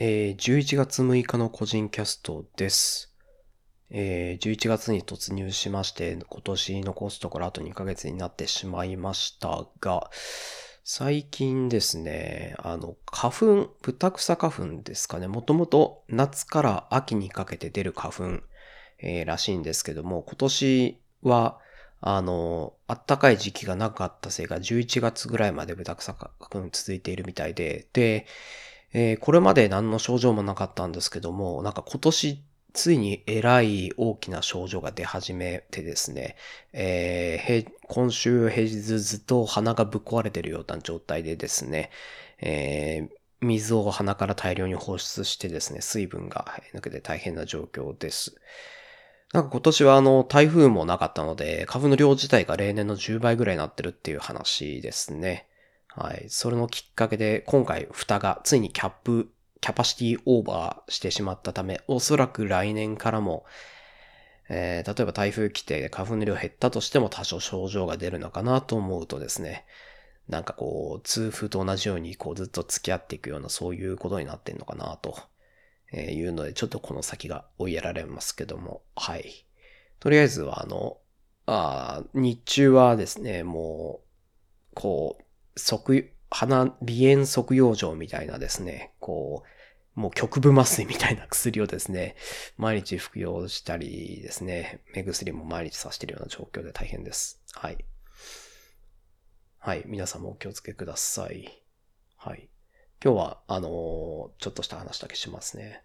11月6日の個人キャストです。11月に突入しまして、今年残すところあと2ヶ月になってしまいましたが、最近ですね、花粉、ブタクサ花粉ですかね、もともと夏から秋にかけて出る花粉、らしいんですけども、今年は、暖かい時期がなかったせいか、11月ぐらいまでブタクサ花粉続いているみたいで、これまで何の症状もなかったんですけども、なんか今年ついにえらい大きな症状が出始めてですね、今週平日ずっと鼻がぶっ壊れてるような状態でですね、水を鼻から大量に放出してですね、水分が抜けて大変な状況です。なんか今年は台風もなかったので、花粉の量自体が例年の10倍ぐらいになってるっていう話ですね。はい。それのきっかけで、今回蓋がついにキャパシティオーバーしてしまったため、おそらく来年からも、例えば台風来て花粉の量減ったとしても多少症状が出るのかなと思うとですね、なんかこう、痛風と同じようにこうずっと付き合っていくようなそういうことになってんのかなというので、ちょっとこの先が追いやられますけども、はい。とりあえずは日中はですね、もう、こう、鼻炎側養生みたいなですね、こう、もう局部麻酔みたいな薬をですね、毎日服用したりですね、目薬も毎日さしているような状況で大変です。はい。はい。皆さんもお気をつけください。はい。今日は、ちょっとした話だけしますね。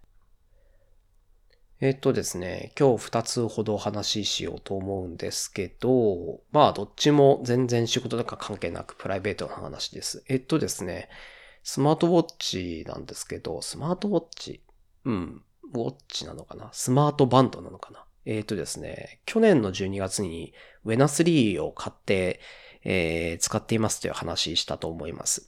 ですね、今日2つほどお話ししようと思うんですけど、まあどっちも全然仕事とか関係なくプライベートな話です。ですね、スマートウォッチなんですけど、スマートウォッチウォッチなのかなスマートバンドなのかなですね、去年の12月にウェナ3を買って、使っていますという話したと思います。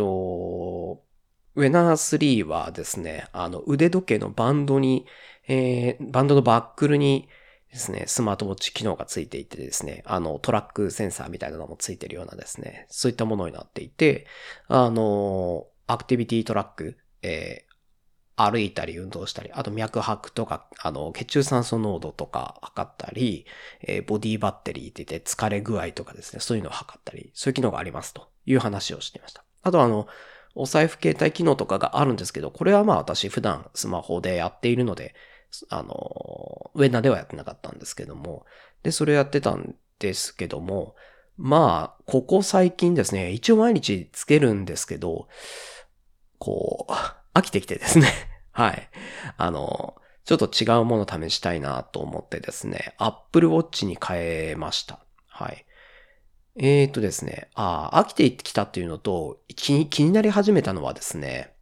ウェナー3はですね、腕時計のバンドに、バンドのバックルにですね、スマートウォッチ機能がついていてですね、トラックセンサーみたいなのもついてるようなですね、そういったものになっていて、アクティビティトラック、歩いたり運動したり、あと脈拍とか、血中酸素濃度とか測ったり、ボディバッテリーって言って疲れ具合とかですね、そういうのを測ったり、そういう機能がありますという話をしていました。あとお財布携帯機能とかがあるんですけど、これはまあ私普段スマホでやっているので、ウェナではやってなかったんですけども、で、それやってたんですけども、まあ、ここ最近ですね、一応毎日つけるんですけど、こう、飽きてきてですね。はい。ちょっと違うもの試したいなと思ってですね、Apple Watch に変えました。はい。ですね、飽きてきたっていうのと、気になり始めたのはですね、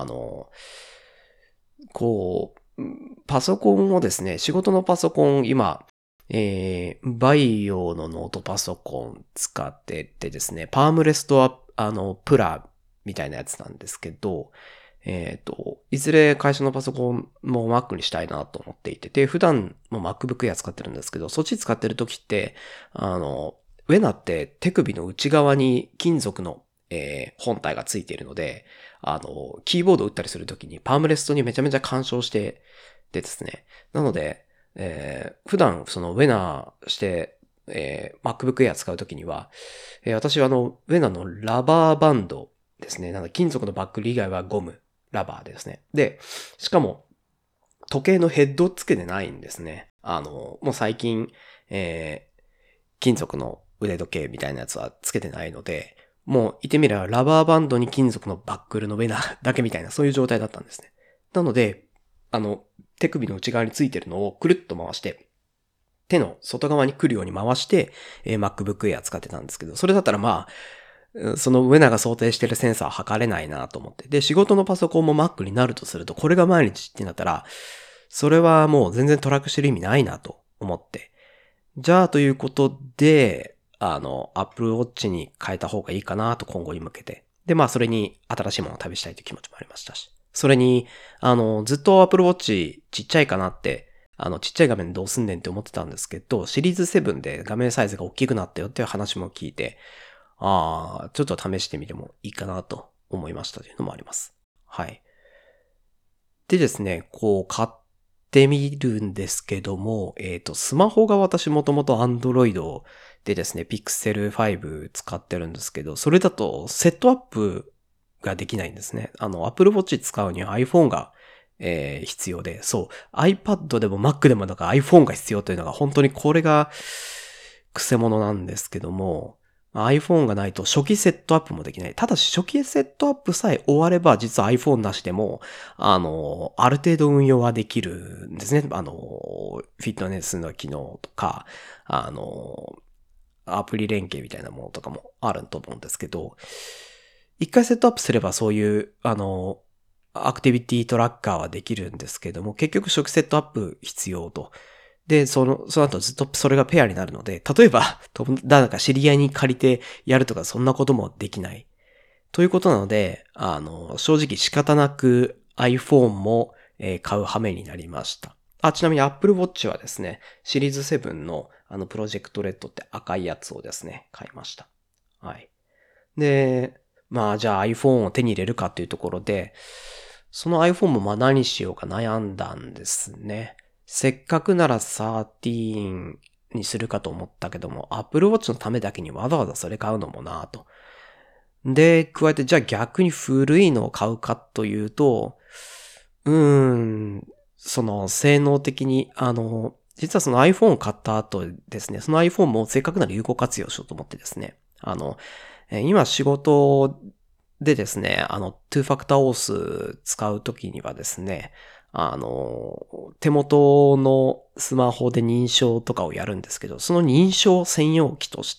こう、パソコンをですね、仕事のパソコン、今、バイオのノートパソコン使っててですね、パームレストは、プラみたいなやつなんですけど、いずれ会社のパソコンも Mac にしたいなと思っていて、で、普段も MacBook Air 使ってるんですけど、そっち使ってる時って、ウェナって手首の内側に金属の、本体がついているので、キーボードを打ったりするときにパームレストにめちゃめちゃ干渉してでですね。なので、普段そのウェナーして、MacBook Air 使うときには、私はウェナーのラバーバンドですね。金属のバックル以外はゴム、ラバーでですね。で、しかも、時計のヘッドつけてないんですね。もう最近、金属の腕時計みたいなやつはつけてないので、もう言ってみればラバーバンドに金属のバックルのウェナーだけみたいなそういう状態だったんですね。なので、手首の内側についてるのをくるっと回して、手の外側に来るように回して、MacBook Air 使ってたんですけど、それだったらまあ、そのウェナが想定してるセンサーは測れないなと思って。で、仕事のパソコンも Mac になるとすると、これが毎日ってなったら、それはもう全然トラックしてる意味ないなと思って。じゃあということで、Apple Watch に変えた方がいいかなと今後に向けて。で、まあそれに新しいものを試したいという気持ちもありましたし。それに、ずっと Apple Watch ちっちゃいかなって、ちっちゃい画面どうすんねんって思ってたんですけど、シリーズ7で画面サイズが大きくなったよっていう話も聞いて、ちょっと試してみてもいいかなと思いましたというのもあります。はい。 でですね、こう買ってみるんですけども、スマホが私もともと Android でですね、Pixel 5使ってるんですけど、それだとセットアップができないんですね。Apple Watch 使うには iPhone が、必要で、そう、iPad でも Mac でもiPhone が必要というのが本当にこれが癖者なんですけども、iPhone がないと初期セットアップもできない。ただし初期セットアップさえ終われば実は iPhone なしでも、ある程度運用はできるんですね。フィットネスの機能とか、アプリ連携みたいなものとかもあると思うんですけど、一回セットアップすればそういう、アクティビティトラッカーはできるんですけども、結局初期セットアップ必要と。で、その後ずっとそれがペアになるので、例えば、なんか知り合いに借りてやるとかそんなこともできない。ということなので、正直仕方なく iPhone も、買う羽目になりました。ちなみに Apple Watch はですね、シリーズ7のプロジェクトレッドって赤いやつをですね、買いました。はい。で、じゃあ iPhone を手に入れるかっていうところで、その iPhone も何しようか悩んだんですね。せっかくなら13にするかと思ったけども、Apple Watch のためだけにわざわざそれ買うのもなぁと。で、加えてじゃあ逆に古いのを買うかというと、その性能的に、実はその iPhone を買った後ですね、その iPhone もせっかくなら有効活用しようと思ってですね、今仕事でですね、2ファクターオース使うときにはですね、手元のスマホで認証とかをやるんですけど、その認証専用機として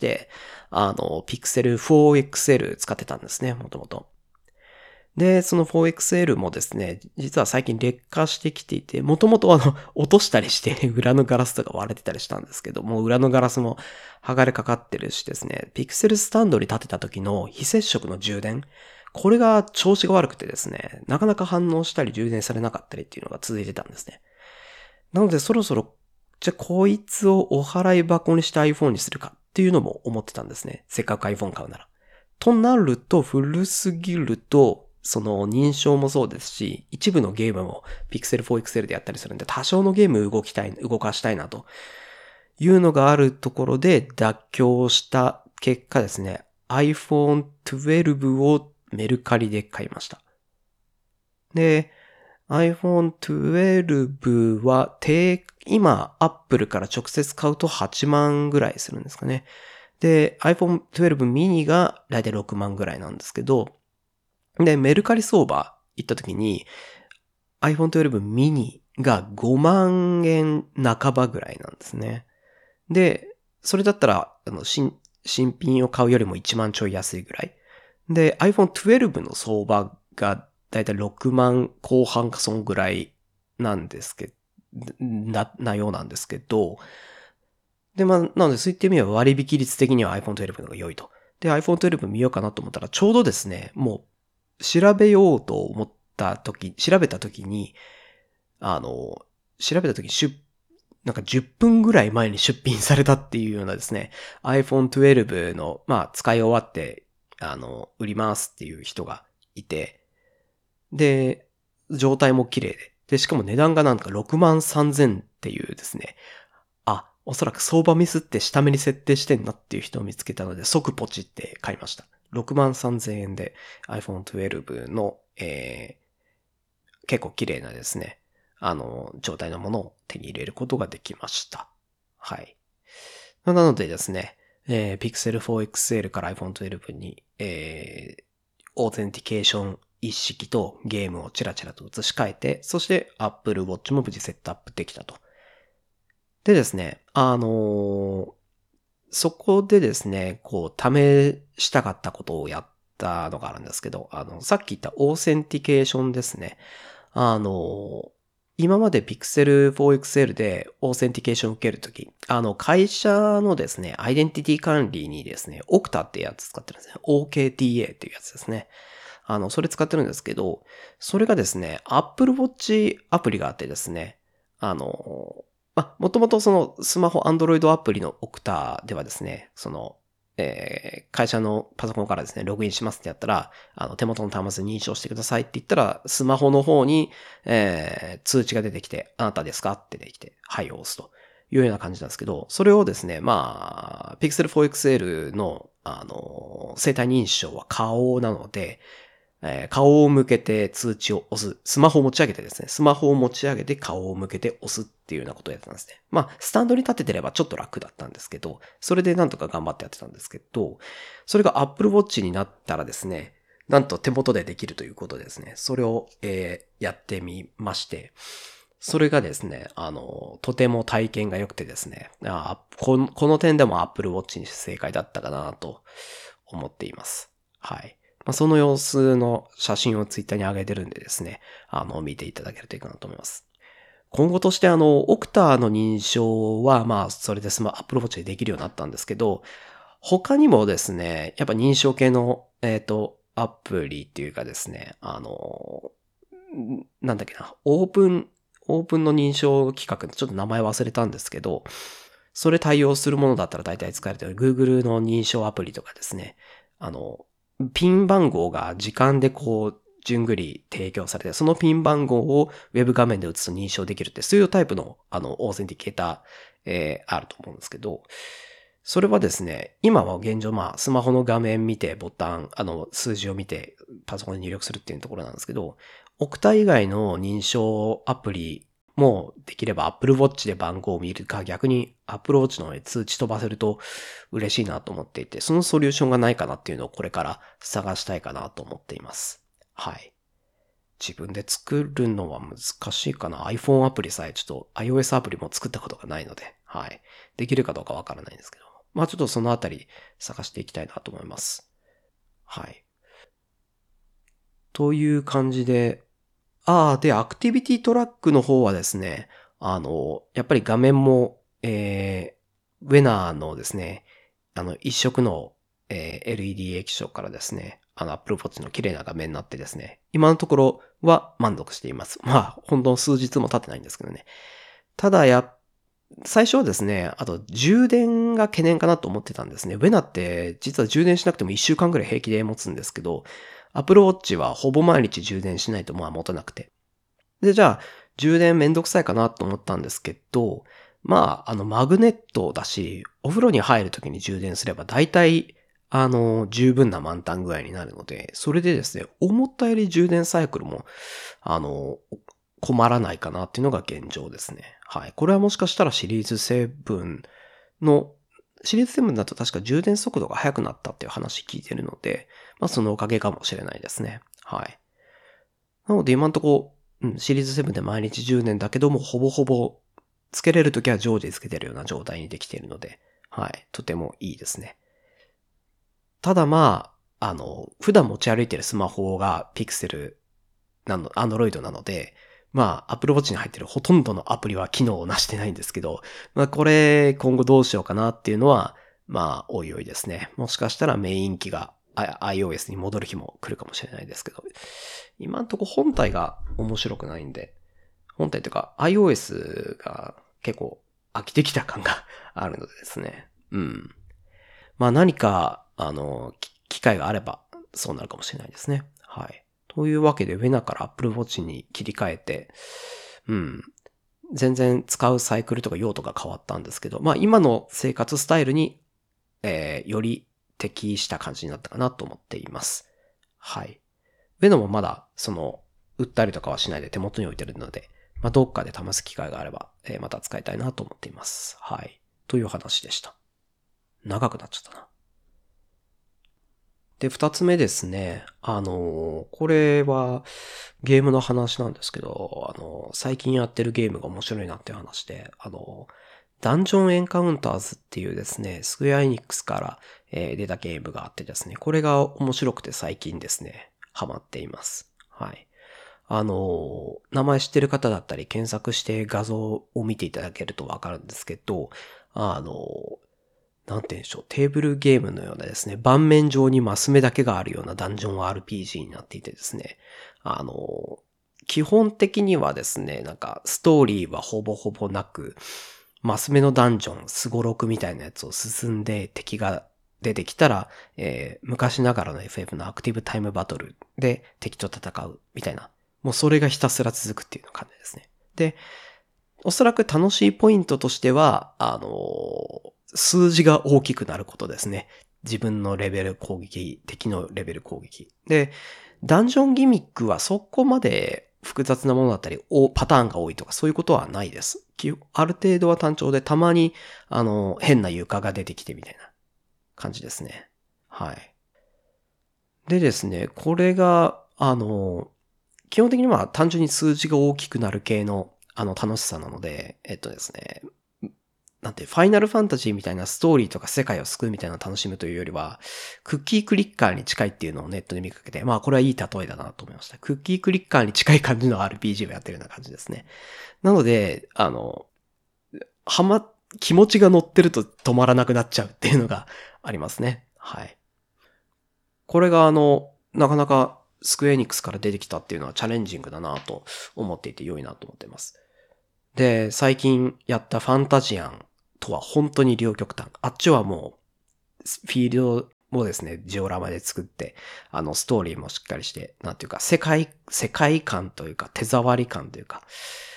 、Pixel 4XL 使ってたんですね、もともと。で、その 4XL もですね、実は最近劣化してきていて、もともと落としたりして裏のガラスとか割れてたりしたんですけども、裏のガラスも剥がれかかってるしですね、ピクセルスタンドに立てた時の非接触の充電、これが調子が悪くてですね、なかなか反応したり充電されなかったりっていうのが続いてたんですね。なのでそろそろ、じゃあこいつをお払い箱にして iPhone にするかっていうのも思ってたんですね。せっかく iPhone 買うなら。となると古すぎると、その認証もそうですし、一部のゲームも Pixel 4XL でやったりするんで、多少のゲーム動かしたいなというのがあるところで妥協した結果ですね、iPhone 12をメルカリで買いました。で、iPhone 12は今 Apple から直接買うと8万ぐらいするんですかね。で、iPhone 12 mini がだいたい6万ぐらいなんですけど、で、メルカリ相場行った時に iPhone 12 mini が5万円半ばぐらいなんですね。で、それだったら、新品を買うよりも1万ちょい安いぐらい。で、iPhone 12の相場がだいたい6万後半かそんぐらいなんですけど、なようなんですけど、で、なのでそういった意味では割引率的には iPhone 12の方が良いと。で、iPhone 12見ようかなと思ったら、ちょうどですね、もう、調べた時に、調べた時なんか10分ぐらい前に出品されたっていうようなですね、iPhone 12の、使い終わって、売りますっていう人がいて、で、状態も綺麗で、しかも値段がなんか6万3000っていうですね、おそらく相場ミスって下目に設定してんなっていう人を見つけたので、即ポチって買いました。6万3000円で iPhone 12の、結構綺麗なですね、状態のものを手に入れることができました。はい。なのでですね、Pixel 4XL から iPhone 12に、オーセンティケーション一式とゲームをチラチラと移し替えて、そして Apple Watch も無事セットアップできたと。でですね、そこでですね、こう、試したかったことをやったのがあるんですけど、さっき言ったオーセンティケーションですね。今まで Pixel 4XL でオーセンティケーションを受けるとき、会社のですね、アイデンティティ管理にですね、Okta ってやつ使ってるんですね。OKTA っていうやつですね。それ使ってるんですけど、それがですね、Apple Watch アプリがあってですね、もともとそのスマホ Android アプリの Okta ではですね、その、 会社のパソコンからですね、ログインしますってやったら、手元の端末で認証してくださいって言ったら、スマホの方に、通知が出てきて、あなたですかって出てきて、はいを押すというような感じなんですけど、それをですね、Pixel 4XL の、生体認証は顔なので、顔を向けて通知を押す。スマホを持ち上げてですね。スマホを持ち上げて顔を向けて押すっていうようなことをやってたんですね。スタンドに立ててればちょっと楽だったんですけど、それでなんとか頑張ってやってたんですけど、それが Apple Watch になったらですね、なんと手元でできるということでですね、それを、やってみまして、それがですね、とても体験が良くてですね、この点でも Apple Watch に正解だったかなと思っています。はい。その様子の写真をツイッターに上げてるんでですね、見ていただけるといいかなと思います。今後としてオクターの認証は、それでApple Watch でできるようになったんですけど、他にもですね、やっぱ認証系の、アプリっていうかですね、なんだっけな、オープンの認証規格、ちょっと名前忘れたんですけど、それ対応するものだったら大体使えるという Google の認証アプリとかですね、ピン番号が時間で順繰り提供されて、そのピン番号をウェブ画面で打つと認証できるって、そういうタイプの、オーセンティケーター、あると思うんですけど、それはですね、今は現状スマホの画面見てボタン、数字を見てパソコンに入力するっていうところなんですけど、オクタ以外の認証アプリもできれば Apple Watch で番号を見るか、逆に Apple Watch の方へ通知飛ばせると嬉しいなと思っていて、そのソリューションがないかなっていうのをこれから探したいかなと思っています。はい。自分で作るのは難しいかな。iPhone アプリさえちょっと iOS アプリも作ったことがないので、はい。できるかどうかわからないんですけど。ちょっとそのあたり探していきたいなと思います。はい。という感じで、で、アクティビティトラックの方はですね、やっぱり画面も、ウェナーのですね、一色の、LED 液晶からですね、Apple Watch の綺麗な画面になってですね、今のところは満足しています。本当数日も経ってないんですけどね。ただ最初はですね、あと充電が懸念かなと思ってたんですね。ウェナって実は充電しなくても1週間ぐらい平気で持つんですけど、Apple Watch はほぼ毎日充電しないと持たなくて。で、じゃあ、充電めんどくさいかなと思ったんですけど、マグネットだし、お風呂に入るときに充電すれば大体、十分な満タン具合になるので、それでですね、思ったより充電サイクルも、困らないかなっていうのが現状ですね。はい。これはもしかしたらシリーズ7だと確か充電速度が速くなったっていう話聞いてるので、そのおかげかもしれないですね。はい。なので今んとこ、シリーズ7で毎日充電だけども、ほぼほぼつけれるときは常時つけてるような状態にできているので、はい。とてもいいですね。ただ普段持ち歩いてるスマホが Pixel Android なので、Apple Watch に入ってるほとんどのアプリは機能をなしてないんですけど、これ今後どうしようかなっていうのは、おいおいですね。もしかしたらメイン機がiOS に戻る日も来るかもしれないですけど、今んとこ本体が面白くないんで、本体というか iOS が結構飽きてきた感があるのでですね。何か、機会があればそうなるかもしれないですね。はい。というわけで、ウェナから Apple Watch に切り替えて、全然使うサイクルとか用途が変わったんですけど、今の生活スタイルに、より適した感じになったかなと思っています。はい。ウェナもまだ、売ったりとかはしないで手元に置いてるので、どっかで試す機会があれば、また使いたいなと思っています。はい。という話でした。長くなっちゃったな。で、二つ目ですね。これはゲームの話なんですけど、最近やってるゲームが面白いなっていう話で、ダンジョンエンカウンターズっていうですね、スクエアエニックスから、出たゲームがあってですね、これが面白くて最近ですね、ハマっています。はい。名前知ってる方だったり検索して画像を見ていただけるとわかるんですけど、なんて言うんでしょう、テーブルゲームのようなですね、盤面上にマス目だけがあるようなダンジョン RPG になっていてですね、基本的にはですね、ストーリーはほぼほぼなく、マス目のダンジョン、スゴロクみたいなやつを進んで敵が出てきたら、昔ながらの FF のアクティブタイムバトルで敵と戦うみたいな、もうそれがひたすら続くっていう感じですね。で、おそらく楽しいポイントとしては、数字が大きくなることですね。自分のレベル攻撃、敵のレベル攻撃。で、ダンジョンギミックはそこまで複雑なものだったり、パターンが多いとかそういうことはないです。ある程度は単調で、たまに、変な床が出てきてみたいな感じですね。はい。でですね、これが、基本的には単純に数字が大きくなる系の、楽しさなので、ですね、なんて、ファイナルファンタジーみたいなストーリーとか世界を救うみたいなのを楽しむというよりは、クッキークリッカーに近いっていうのをネットで見かけて、まあこれはいい例えだなと思いました。クッキークリッカーに近い感じの RPG をやってるような感じですね。なので、気持ちが乗ってると止まらなくなっちゃうっていうのがありますね。はい。これがなかなかスクエアエニックスから出てきたっていうのはチャレンジングだなと思っていて良いなと思っています。で、最近やったファンタジアンとは本当に両極端。あっちはもう、フィールドもですね、ジオラマで作って、ストーリーもしっかりして、なんていうか、世界観というか、手触り感というか、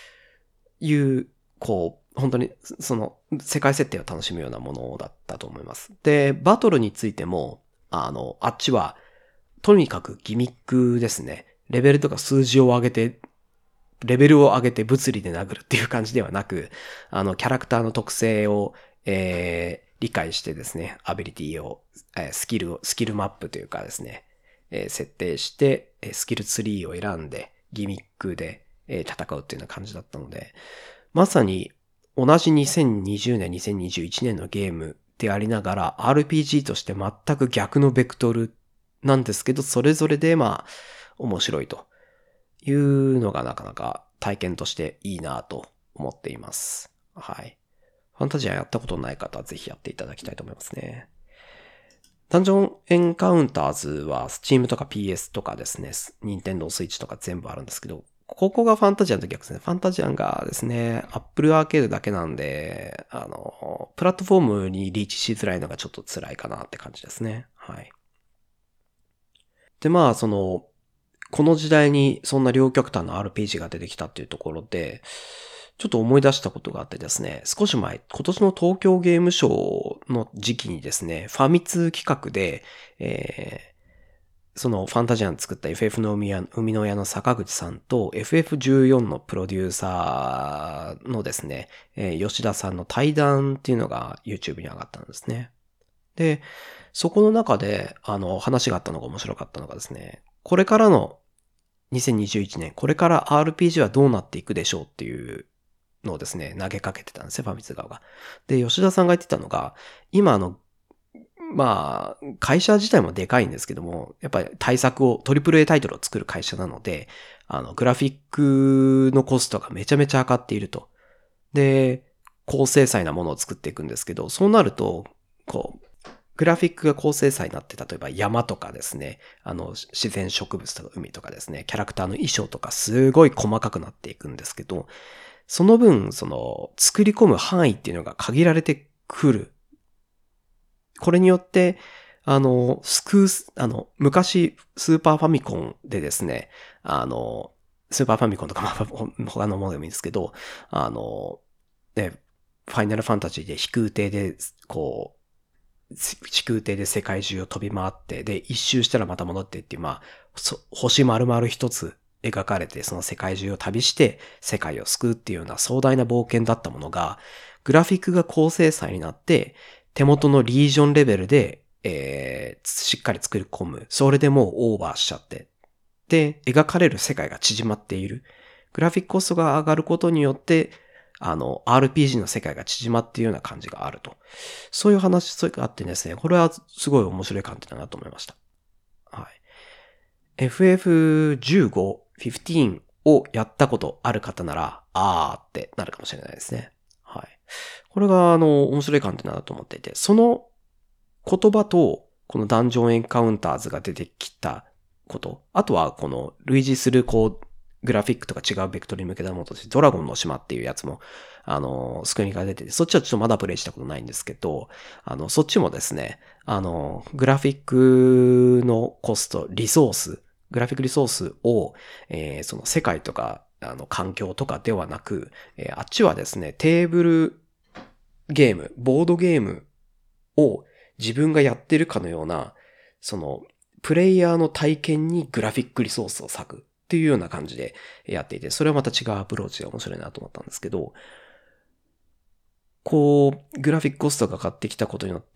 本当に、世界設定を楽しむようなものだったと思います。で、バトルについても、あっちは、とにかくギミックですね。レベルとか数字を上げて、レベルを上げて物理で殴るっていう感じではなく、キャラクターの特性を、理解してですね、アビリティを、スキルマップというかですね、設定して、スキルツリーを選んで、ギミックで、戦うっていうような感じだったので、まさに同じ2020年、2021年のゲームでありながら RPG として全く逆のベクトルなんですけど、それぞれでまあ面白いというのがなかなか体験としていいなと思っています。はい。ファンタジアやったことない方はぜひやっていただきたいと思いますね。ダンジョンエンカウンターズは Steam とか PS とかですね、Nintendo Switch とか全部あるんですけど、ここがファンタジアンの逆ですね。ファンタジアンがですね、Apple アーケードだけなんで、プラットフォームにリーチしづらいのがちょっと辛いかなって感じですね。はい。で、まあ、この時代にそんな両極端の RPG が出てきたっていうところで、ちょっと思い出したことがあってですね、少し前、今年の東京ゲームショウの時期にですね、ファミ通企画で、そのファンタジアン作った FF の生みの親の坂口さんと FF14 のプロデューサーのですね、吉田さんの対談っていうのが YouTube に上がったんですね。で、そこの中で、話があったのが面白かったのがですね、これからの2021年、これから RPG はどうなっていくでしょうっていうのをですね、投げかけてたんですよ、ファミ通側が。で、吉田さんが言ってたのが、今まあ、会社自体もでかいんですけども、やっぱり対策を、AAA タイトルを作る会社なので、グラフィックのコストがめちゃめちゃ上がっていると。で、高精細なものを作っていくんですけど、そうなると、グラフィックが高精細になって、例えば山とかですね、自然植物とか海とかですね、キャラクターの衣装とかすごい細かくなっていくんですけど、その分、作り込む範囲っていうのが限られてくる。これによって、昔、スーパーファミコンでですね、スーパーファミコンとか、他のものでもいいんですけど、ファイナルファンタジーで飛空艇で、飛空艇で世界中を飛び回って、で、一周したらまた戻ってっていう、まあ、星丸々一つ描かれて、その世界中を旅して、世界を救うっていうような壮大な冒険だったものが、グラフィックが高精細になって、手元のリージョンレベルで、しっかり作り込む。それでもうオーバーしちゃって。で、描かれる世界が縮まっている。グラフィックコストが上がることによって、RPG の世界が縮まっているような感じがあると。そういう話があってですね、これはすごい面白い観点だなと思いました。はい。FF15、15をやったことある方なら、あーってなるかもしれないですね。はい。これが、面白い観点だなと思っていて、その言葉と、このダンジョンエンカウンターズが出てきたこと、あとは、この類似する、 グラフィックとか違うベクトルに向けたものとして、ドラゴンの島っていうやつも、スクリーンが出てて、そっちはちょっとまだプレイしたことないんですけど、そっちもですね、グラフィックのコスト、グラフィックリソースを、その世界とか、環境とかではなく、あっちはですね、テーブルゲーム、ボードゲームを自分がやってるかのような、その、プレイヤーの体験にグラフィックリソースを割くっていうような感じでやっていて、それはまた違うアプローチで面白いなと思ったんですけど、こう、グラフィックコストが上がってきたことによって、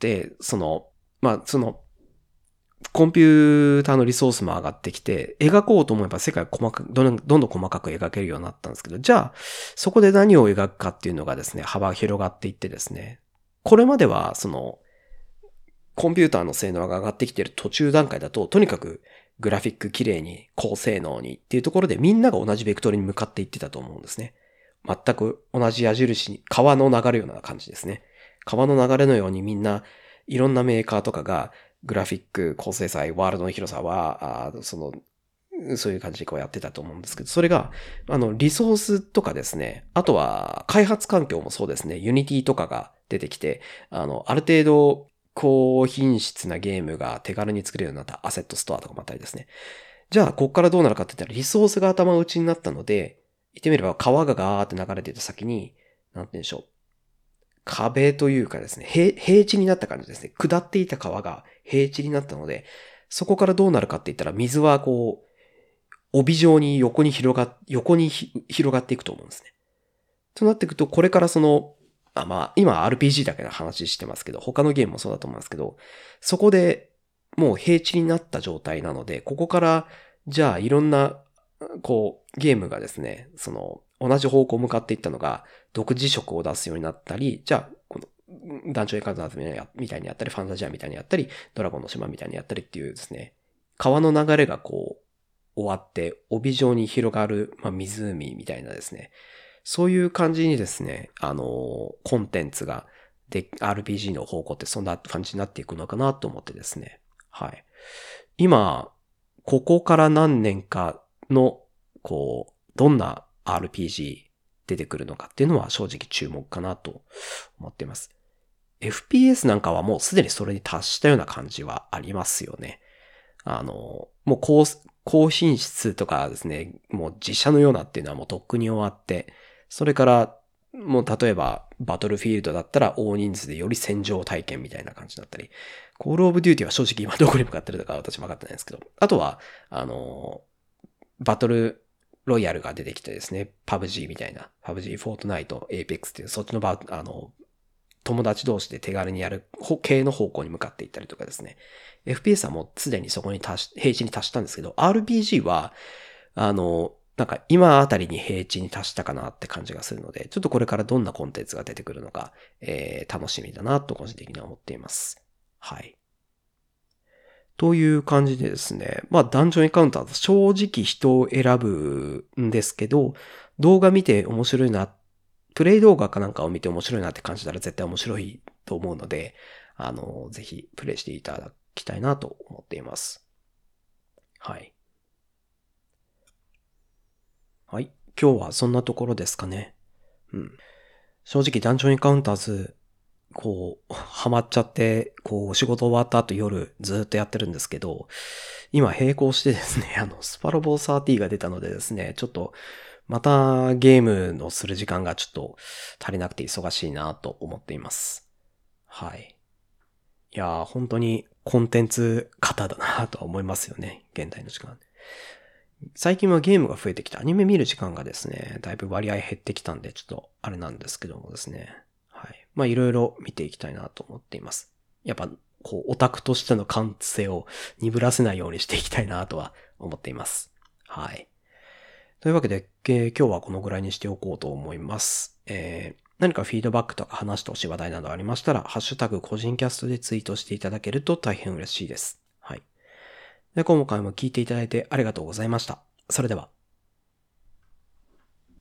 コンピューターのリソースも上がってきて、描こうと思えば世界をどんどん細かく描けるようになったんですけど、じゃあ、そこで何を描くかっていうのがですね、幅が広がっていってですね、これまでは、コンピューターの性能が上がってきている途中段階だと、とにかくグラフィック綺麗に、高性能にっていうところでみんなが同じベクトルに向かっていってたと思うんですね。全く同じ矢印に、川の流れような感じですね。川の流れのようにみんないろんなメーカーとかがグラフィック、高精細、ワールドの広さは、そういう感じでこうやってたと思うんですけど、それが、リソースとかですね、あとは開発環境もそうですね、ユニティとかが出てきて、ある程度、高品質なゲームが手軽に作れるようになったアセットストアとかもあったりですね。じゃあ、こっからどうなるかって言ったら、リソースが頭打ちになったので、言ってみれば川がガーって流れていた先に、なんて言うんでしょう。壁というかですね、平地になった感じですね。下っていた川が平地になったので、そこからどうなるかって言ったら、水はこう、帯状に横に広がっていくと思うんですね。となっていくと、これから今 RPG だけの話してますけど、他のゲームもそうだと思いますけど、そこでもう平地になった状態なので、ここから、じゃあいろんな、ゲームがですね、同じ方向向かっていったのが、独自色を出すようになったり、じゃあ、ダンジョンエカザーズみたいにやったり、ファンタジアみたいにやったり、ドラゴンの島みたいにやったりっていうですね、川の流れが終わって、帯状に広がる、湖みたいなですね、そういう感じにですね、コンテンツが、RPG の方向ってそんな感じになっていくのかなと思ってですね。はい。今、ここから何年かの、どんな RPG 出てくるのかっていうのは正直注目かなと思っています。FPS なんかはもうすでにそれに達したような感じはありますよね。もう高品質とかですね、もう実写のようなっていうのはもうとっくに終わって、それからもう例えばバトルフィールドだったら大人数でより戦場体験みたいな感じだったり、コールオブデューティは正直今どこに向かってるのか私分かってないんですけど、あとは、バトルロイヤルが出てきてですね、PUBG みたいな、PUBG、フォートナイト、Apex っていうそっちの友達同士で手軽にやる系の方向に向かっていったりとかですね。FPS はもうすでにそこに平地に達したんですけど、RPG は、なんか今あたりに平地に達したかなって感じがするので、ちょっとこれからどんなコンテンツが出てくるのか、楽しみだなと個人的には思っています。はい。という感じでですね、ダンジョンエンカウンター正直人を選ぶんですけど、動画見て面白いな、プレイ動画かなんかを見て面白いなって感じたら絶対面白いと思うので、ぜひプレイしていただきたいなと思っています。はい。はい。今日はそんなところですかね。うん。正直ダンジョンエンカウンターズ、ハマっちゃって、仕事終わった後夜ずっとやってるんですけど、今並行してですね、スパロボ30が出たのでですね、ちょっと、またゲームのする時間がちょっと足りなくて忙しいなと思っています。はい。いやー、本当にコンテンツ型だなとは思いますよね、現代の時間。最近はゲームが増えてきてアニメ見る時間がですね、だいぶ割合減ってきたんで、ちょっとあれなんですけどもですね。はい。いろいろ見ていきたいなと思っています。やっぱ、オタクとしての感性を鈍らせないようにしていきたいなとは思っています。はい。というわけで、今日はこのぐらいにしておこうと思います。何かフィードバックとか話してほしい話題などありましたら、ハッシュタグ個人キャストでツイートしていただけると大変嬉しいです。はい。で、今回も聞いていただいてありがとうございました。それでは。